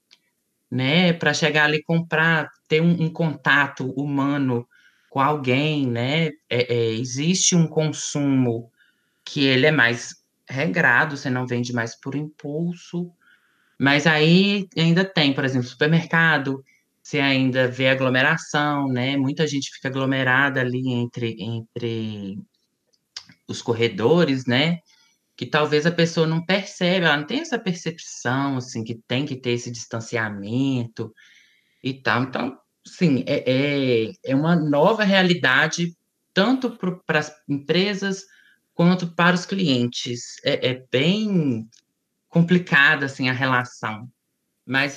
né? Para chegar ali comprar, ter um contato humano com alguém, né? Existe um consumo que ele é mais regrado, você não vende mais por impulso, mas aí ainda tem, por exemplo, supermercado, você ainda vê aglomeração, né? Muita gente fica aglomerada ali entre os corredores, né? Que talvez a pessoa não percebe, ela não tem essa percepção, assim, que tem que ter esse distanciamento e tal. Então, sim, é uma nova realidade, tanto para as empresas quanto para os clientes. É bem complicada, assim, a relação. Mas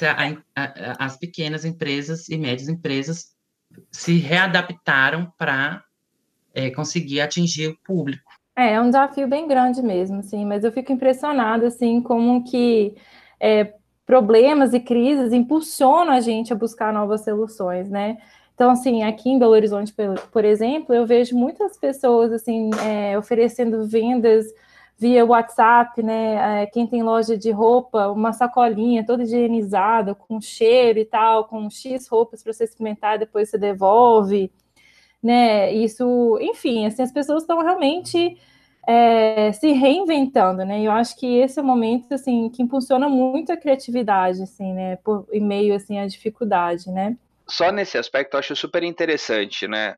as pequenas empresas e médias empresas se readaptaram para conseguir atingir o público. É um desafio bem grande mesmo, assim, mas eu fico impressionada, assim, como que problemas e crises impulsionam a gente a buscar novas soluções, né? Então, assim, aqui em Belo Horizonte, por exemplo, eu vejo muitas pessoas, assim, oferecendo vendas via WhatsApp, né? Quem tem loja de roupa, uma sacolinha toda higienizada, com cheiro e tal, com X roupas para você experimentar, depois você devolve, né? Isso, enfim, assim, as pessoas estão realmente se reinventando, né? Eu acho que esse é o momento assim que impulsiona muito a criatividade, assim, né? Em meio assim à dificuldade, né? Só nesse aspecto eu acho super interessante, né?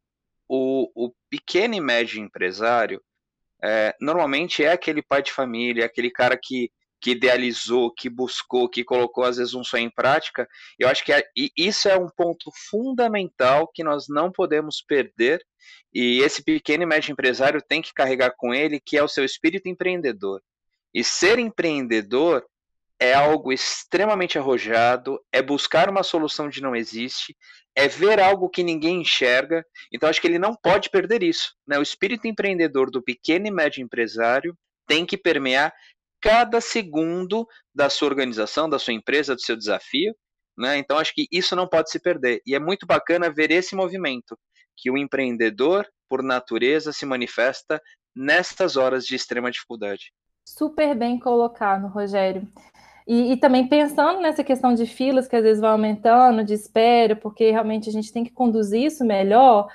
O pequeno e médio empresário normalmente é aquele pai de família, aquele cara que idealizou, que buscou, que colocou às vezes um sonho em prática. Eu acho que isso é um ponto fundamental que nós não podemos perder, e esse pequeno e médio empresário tem que carregar com ele, que é o seu espírito empreendedor. E ser empreendedor é algo extremamente arrojado, é buscar uma solução onde não existe, é ver algo que ninguém enxerga. Então, acho que ele não pode perder isso, né? O espírito empreendedor do pequeno e médio empresário tem que permear cada segundo da sua organização, da sua empresa, do seu desafio, né? Então, acho que isso não pode se perder. E é muito bacana ver esse movimento, que o empreendedor, por natureza, se manifesta nestas horas de extrema dificuldade. Super bem colocado, Rogério. E também pensando nessa questão de filas que às vezes vai aumentando, de espera, porque realmente a gente tem que conduzir isso melhor,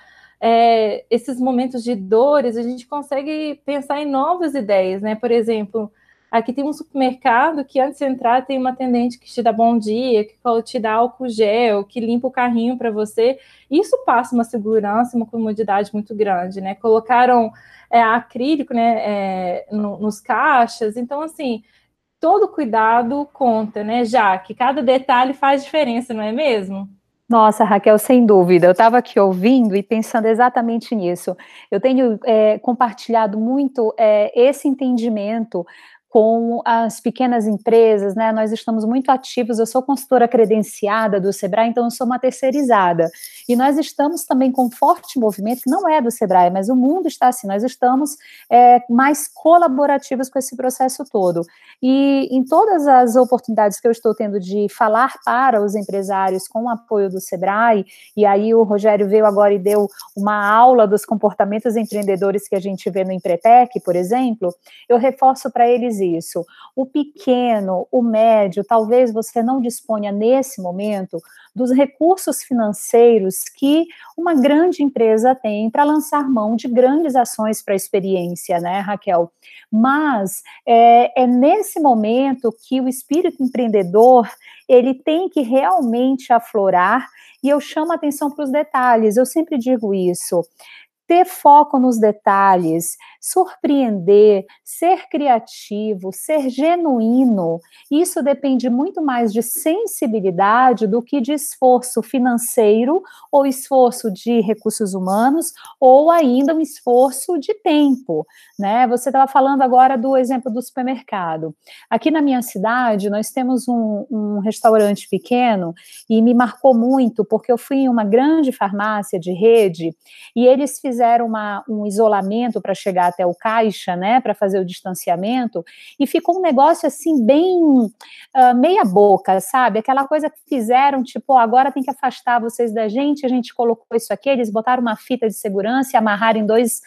esses momentos de dores, a gente consegue pensar em novas ideias, né? Por exemplo, aqui tem um supermercado que antes de entrar tem uma atendente que te dá bom dia, que te dá álcool gel, que limpa o carrinho para você. Isso passa uma segurança, uma comodidade muito grande, né? Colocaram acrílico, né, nos caixas, então assim todo cuidado conta, né? Já que cada detalhe faz diferença, não é mesmo? Nossa, Raquel, sem dúvida. Eu estava aqui ouvindo e pensando exatamente nisso. Eu tenho compartilhado muito esse entendimento com as pequenas empresas, né? Nós estamos muito ativos. Eu sou consultora credenciada do Sebrae, então eu sou uma terceirizada. E nós estamos também com um forte movimento, que não é do Sebrae, mas o mundo está assim. Nós estamos mais colaborativos com esse processo todo. E em todas as oportunidades que eu estou tendo de falar para os empresários com o apoio do Sebrae, e aí o Rogério veio agora e deu uma aula dos comportamentos empreendedores que a gente vê no Empretec, por exemplo, eu reforço para eles isso. O pequeno, o médio, talvez você não disponha nesse momento dos recursos financeiros que uma grande empresa tem para lançar mão de grandes ações para a experiência, né, Raquel? Mas é nesse momento que o espírito empreendedor ele tem que realmente aflorar, e eu chamo a atenção para os detalhes. Eu sempre digo isso. Ter foco nos detalhes, surpreender, ser criativo, ser genuíno, isso depende muito mais de sensibilidade do que de esforço financeiro ou esforço de recursos humanos ou ainda um esforço de tempo, né? Você estava falando agora do exemplo do supermercado. Aqui na minha cidade, nós temos um restaurante pequeno e me marcou muito porque eu fui em uma grande farmácia de rede e eles fizeram um isolamento para chegar até o caixa, né, para fazer o distanciamento, e ficou um negócio assim bem meia boca, sabe? Aquela coisa que fizeram, tipo, agora tem que afastar vocês da gente, a gente colocou isso aqui, eles botaram uma fita de segurança e amarraram em dois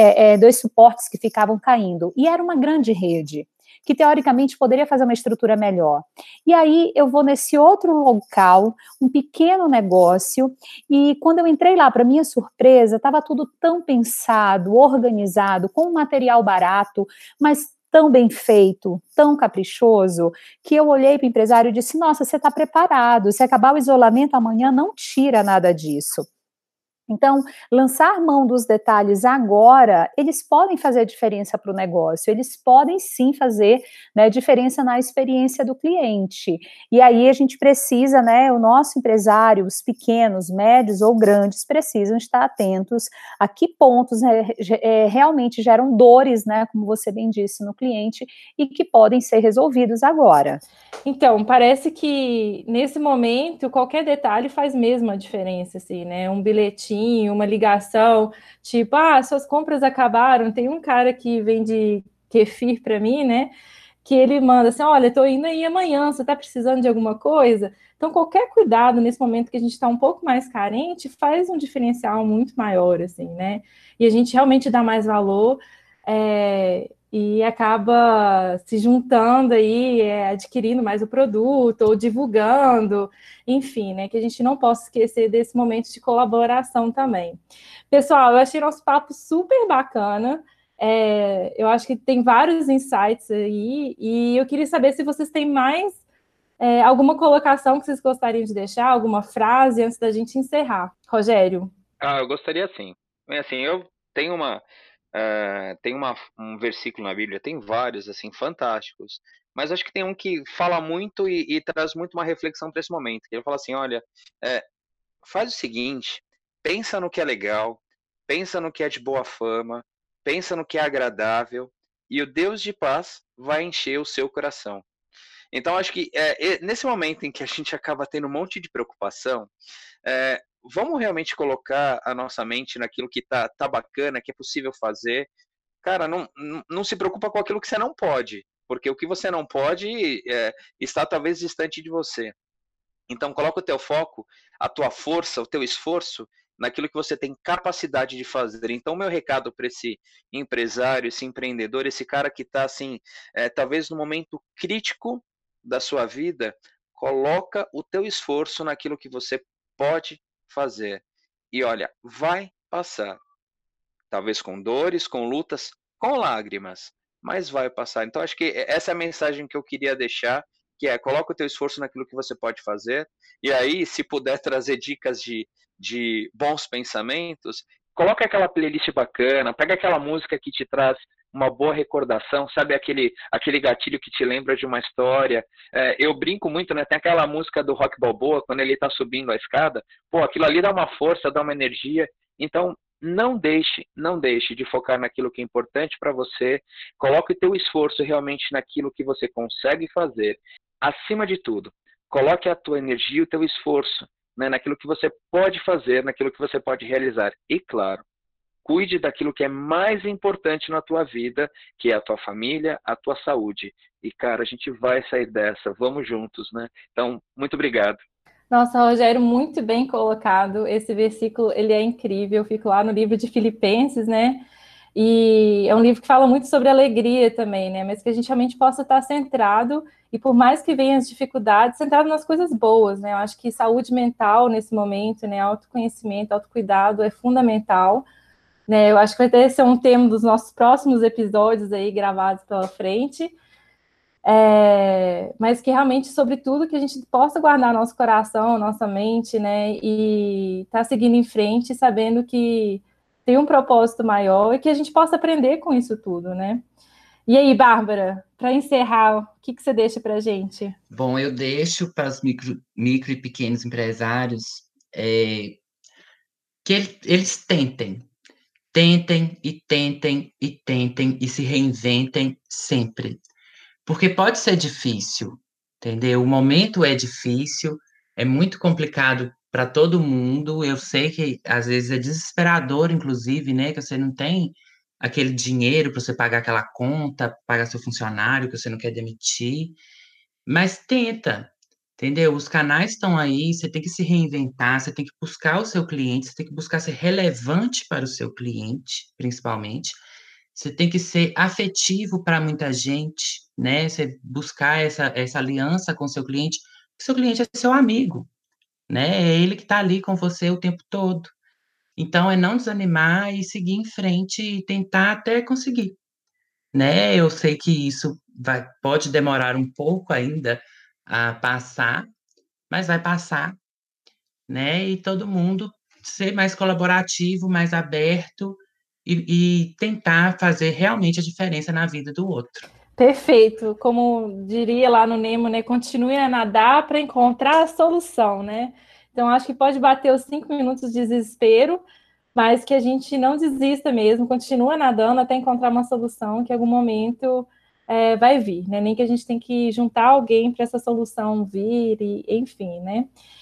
suportes que ficavam caindo. E era uma grande rede, que teoricamente poderia fazer uma estrutura melhor. E aí eu vou nesse outro local, um pequeno negócio, e quando eu entrei lá, para minha surpresa, estava tudo tão pensado, organizado, com um material barato, mas tão bem feito, tão caprichoso, que eu olhei para o empresário e disse, nossa, você está preparado, se acabar o isolamento amanhã, não tira nada disso. Então, lançar mão dos detalhes agora, eles podem fazer diferença para o negócio, eles podem sim fazer, né, diferença na experiência do cliente. E aí a gente precisa, né, o nosso empresário, os pequenos, médios ou grandes, precisam estar atentos a que pontos realmente geram dores, né, como você bem disse, no cliente, e que podem ser resolvidos agora. Então, parece que nesse momento qualquer detalhe faz mesmo a diferença, assim, né? Um bilhetinho, uma ligação, tipo, suas compras acabaram. Tem um cara que vende kefir para mim, né? Que ele manda assim, olha, tô indo aí amanhã, você tá precisando de alguma coisa? Então, qualquer cuidado nesse momento que a gente está um pouco mais carente faz um diferencial muito maior, assim, né? E a gente realmente dá mais valor. E acaba se juntando aí, adquirindo mais o produto, ou divulgando, enfim, né? Que a gente não possa esquecer desse momento de colaboração também. Pessoal, eu achei nosso papo super bacana. Eu acho que tem vários insights aí, e eu queria saber se vocês têm mais alguma colocação que vocês gostariam de deixar, alguma frase antes da gente encerrar. Rogério. Eu gostaria sim. Assim, eu tenho um versículo na Bíblia, tem vários, assim, fantásticos, mas acho que tem um que fala muito e traz muito uma reflexão para esse momento. Ele fala assim, olha, faz o seguinte, pensa no que é legal, pensa no que é de boa fama, pensa no que é agradável, e o Deus de paz vai encher o seu coração. Então, acho que nesse momento em que a gente acaba tendo um monte de preocupação, vamos realmente colocar a nossa mente naquilo que tá bacana, que é possível fazer. Cara, não se preocupa com aquilo que você não pode, porque o que você não pode está talvez distante de você. Então, coloca o teu foco, a tua força, o teu esforço naquilo que você tem capacidade de fazer. Então, meu recado para esse empresário, esse empreendedor, esse cara que está assim, talvez no momento crítico da sua vida, coloca o teu esforço naquilo que você pode fazer. E olha, vai passar. Talvez com dores, com lutas, com lágrimas, mas vai passar. Então, acho que essa é a mensagem que eu queria deixar, que coloca o teu esforço naquilo que você pode fazer, e aí, se puder trazer dicas de bons pensamentos, coloca aquela playlist bacana, pega aquela música que te traz uma boa recordação, sabe aquele gatilho que te lembra de uma história. Eu brinco muito, né? Tem aquela música do Rock Balboa, quando ele está subindo a escada, pô, aquilo ali dá uma força, dá uma energia. Então, não deixe de focar naquilo que é importante para você. Coloque o teu esforço realmente naquilo que você consegue fazer. Acima de tudo, coloque a tua energia e o teu esforço, né, naquilo que você pode fazer, naquilo que você pode realizar. E claro, cuide daquilo que é mais importante na tua vida, que é a tua família, a tua saúde. E, cara, a gente vai sair dessa, vamos juntos, né? Então, muito obrigado. Nossa, Rogério, muito bem colocado. Esse versículo, ele é incrível. Eu fico lá no livro de Filipenses, né? E é um livro que fala muito sobre alegria também, né? Mas que a gente realmente possa estar centrado, e por mais que venham as dificuldades, centrado nas coisas boas, né? Eu acho que saúde mental nesse momento, né? Autoconhecimento, autocuidado é fundamental, né? Eu acho que vai ter esse um tema dos nossos próximos episódios aí gravados pela frente. Mas que realmente, sobretudo, que a gente possa guardar nosso coração, nossa mente, né, e estar seguindo em frente, sabendo que tem um propósito maior e que a gente possa aprender com isso tudo, né? E aí, Bárbara, para encerrar, o que você deixa para a gente? Bom, eu deixo para os micro e pequenos empresários que eles tentem e se reinventem sempre. Porque pode ser difícil, entendeu? O momento é difícil, é muito complicado para todo mundo. Eu sei que às vezes é desesperador, inclusive, né? Que você não tem aquele dinheiro para você pagar aquela conta, pagar seu funcionário que você não quer demitir. Mas tenta, entendeu? Os canais estão aí, você tem que se reinventar, você tem que buscar o seu cliente, você tem que buscar ser relevante para o seu cliente, principalmente. Você tem que ser afetivo para muita gente, né? Você buscar essa aliança com o seu cliente. O seu cliente é seu amigo, né? É ele que está ali com você o tempo todo. Então, é não desanimar e seguir em frente e tentar até conseguir, né? Eu sei que isso pode demorar um pouco ainda a passar, mas vai passar, né? E todo mundo ser mais colaborativo, mais aberto e tentar fazer realmente a diferença na vida do outro. Perfeito, como diria lá no Nemo, né? Continue a nadar para encontrar a solução, né? Então, acho que pode bater os 5 minutos de desespero, mas que a gente não desista mesmo, continua nadando até encontrar uma solução que em algum momento vai vir, né? Nem que a gente tem que juntar alguém para essa solução vir, e, enfim, né?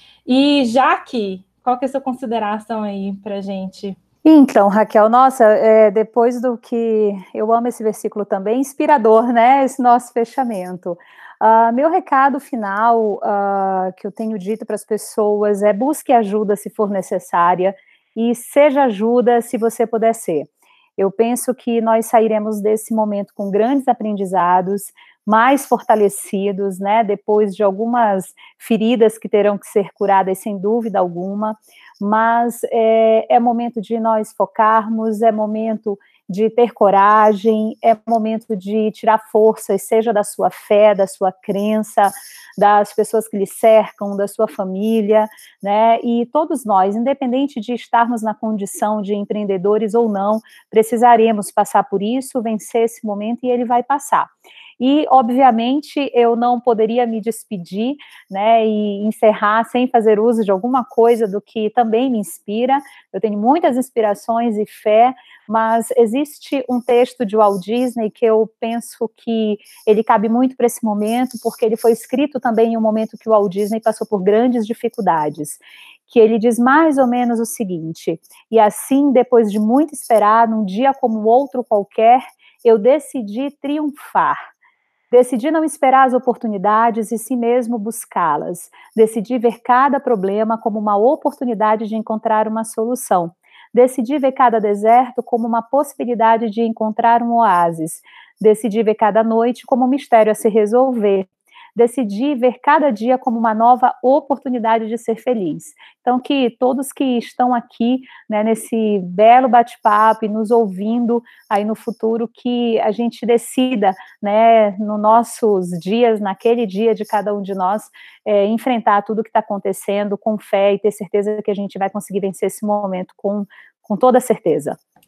E Jaque, qual que é a sua consideração aí para a gente? Então, Raquel, nossa, depois do que eu amo esse versículo também, inspirador, né? Esse nosso fechamento. Meu recado final que eu tenho dito para as pessoas é: busque ajuda se for necessária e seja ajuda se você puder ser. Eu penso que nós sairemos desse momento com grandes aprendizados, mais fortalecidos, né? Depois de algumas feridas que terão que ser curadas, sem dúvida alguma. Mas é momento de nós focarmos, é momento de ter coragem, é momento de tirar forças, seja da sua fé, da sua crença, das pessoas que lhe cercam, da sua família, né? E todos nós, independente de estarmos na condição de empreendedores ou não, precisaremos passar por isso, vencer esse momento, e ele vai passar. E, obviamente, eu não poderia me despedir, né, e encerrar sem fazer uso de alguma coisa do que também me inspira. Eu tenho muitas inspirações e fé, mas existe um texto de Walt Disney que eu penso que ele cabe muito para esse momento, porque ele foi escrito também em um momento que o Walt Disney passou por grandes dificuldades, que ele diz mais ou menos o seguinte: e assim, depois de muito esperar, num dia como outro qualquer, eu decidi triunfar. Decidi não esperar as oportunidades e si mesmo buscá-las. Decidi ver cada problema como uma oportunidade de encontrar uma solução. Decidi ver cada deserto como uma possibilidade de encontrar um oásis. Decidi ver cada noite como um mistério a se resolver. Decidi ver cada dia como uma nova oportunidade de ser feliz. Então, que todos que estão aqui, né, nesse belo bate-papo e nos ouvindo aí no futuro, que a gente decida, né, nos nossos dias, naquele dia de cada um de nós, enfrentar tudo que está acontecendo com fé e ter certeza que a gente vai conseguir vencer esse momento com toda certeza.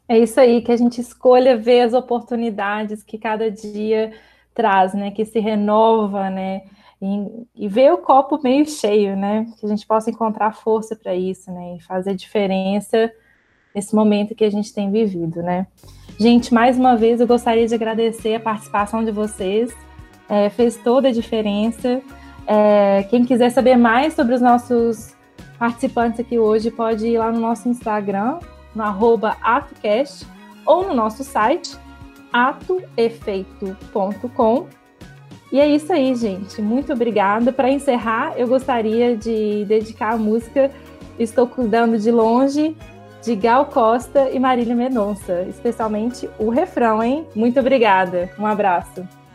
É isso aí, que a gente escolha ver as oportunidades que cada dia traz, né? Que se renova, né? E ver o copo meio cheio, né? Que a gente possa encontrar força para isso, né? E fazer diferença nesse momento que a gente tem vivido, né? Gente, mais uma vez eu gostaria de agradecer a participação de vocês. Fez toda a diferença. Quem quiser saber mais sobre os nossos participantes aqui hoje, pode ir lá no nosso Instagram, no @atocast, ou no nosso site, atoefeito.com. E é isso aí, gente. Muito obrigada. Para encerrar, eu gostaria de dedicar a música Estou Cuidando de Longe, de Gal Costa e Marília Mendonça, especialmente o refrão, hein? Muito obrigada. Um abraço.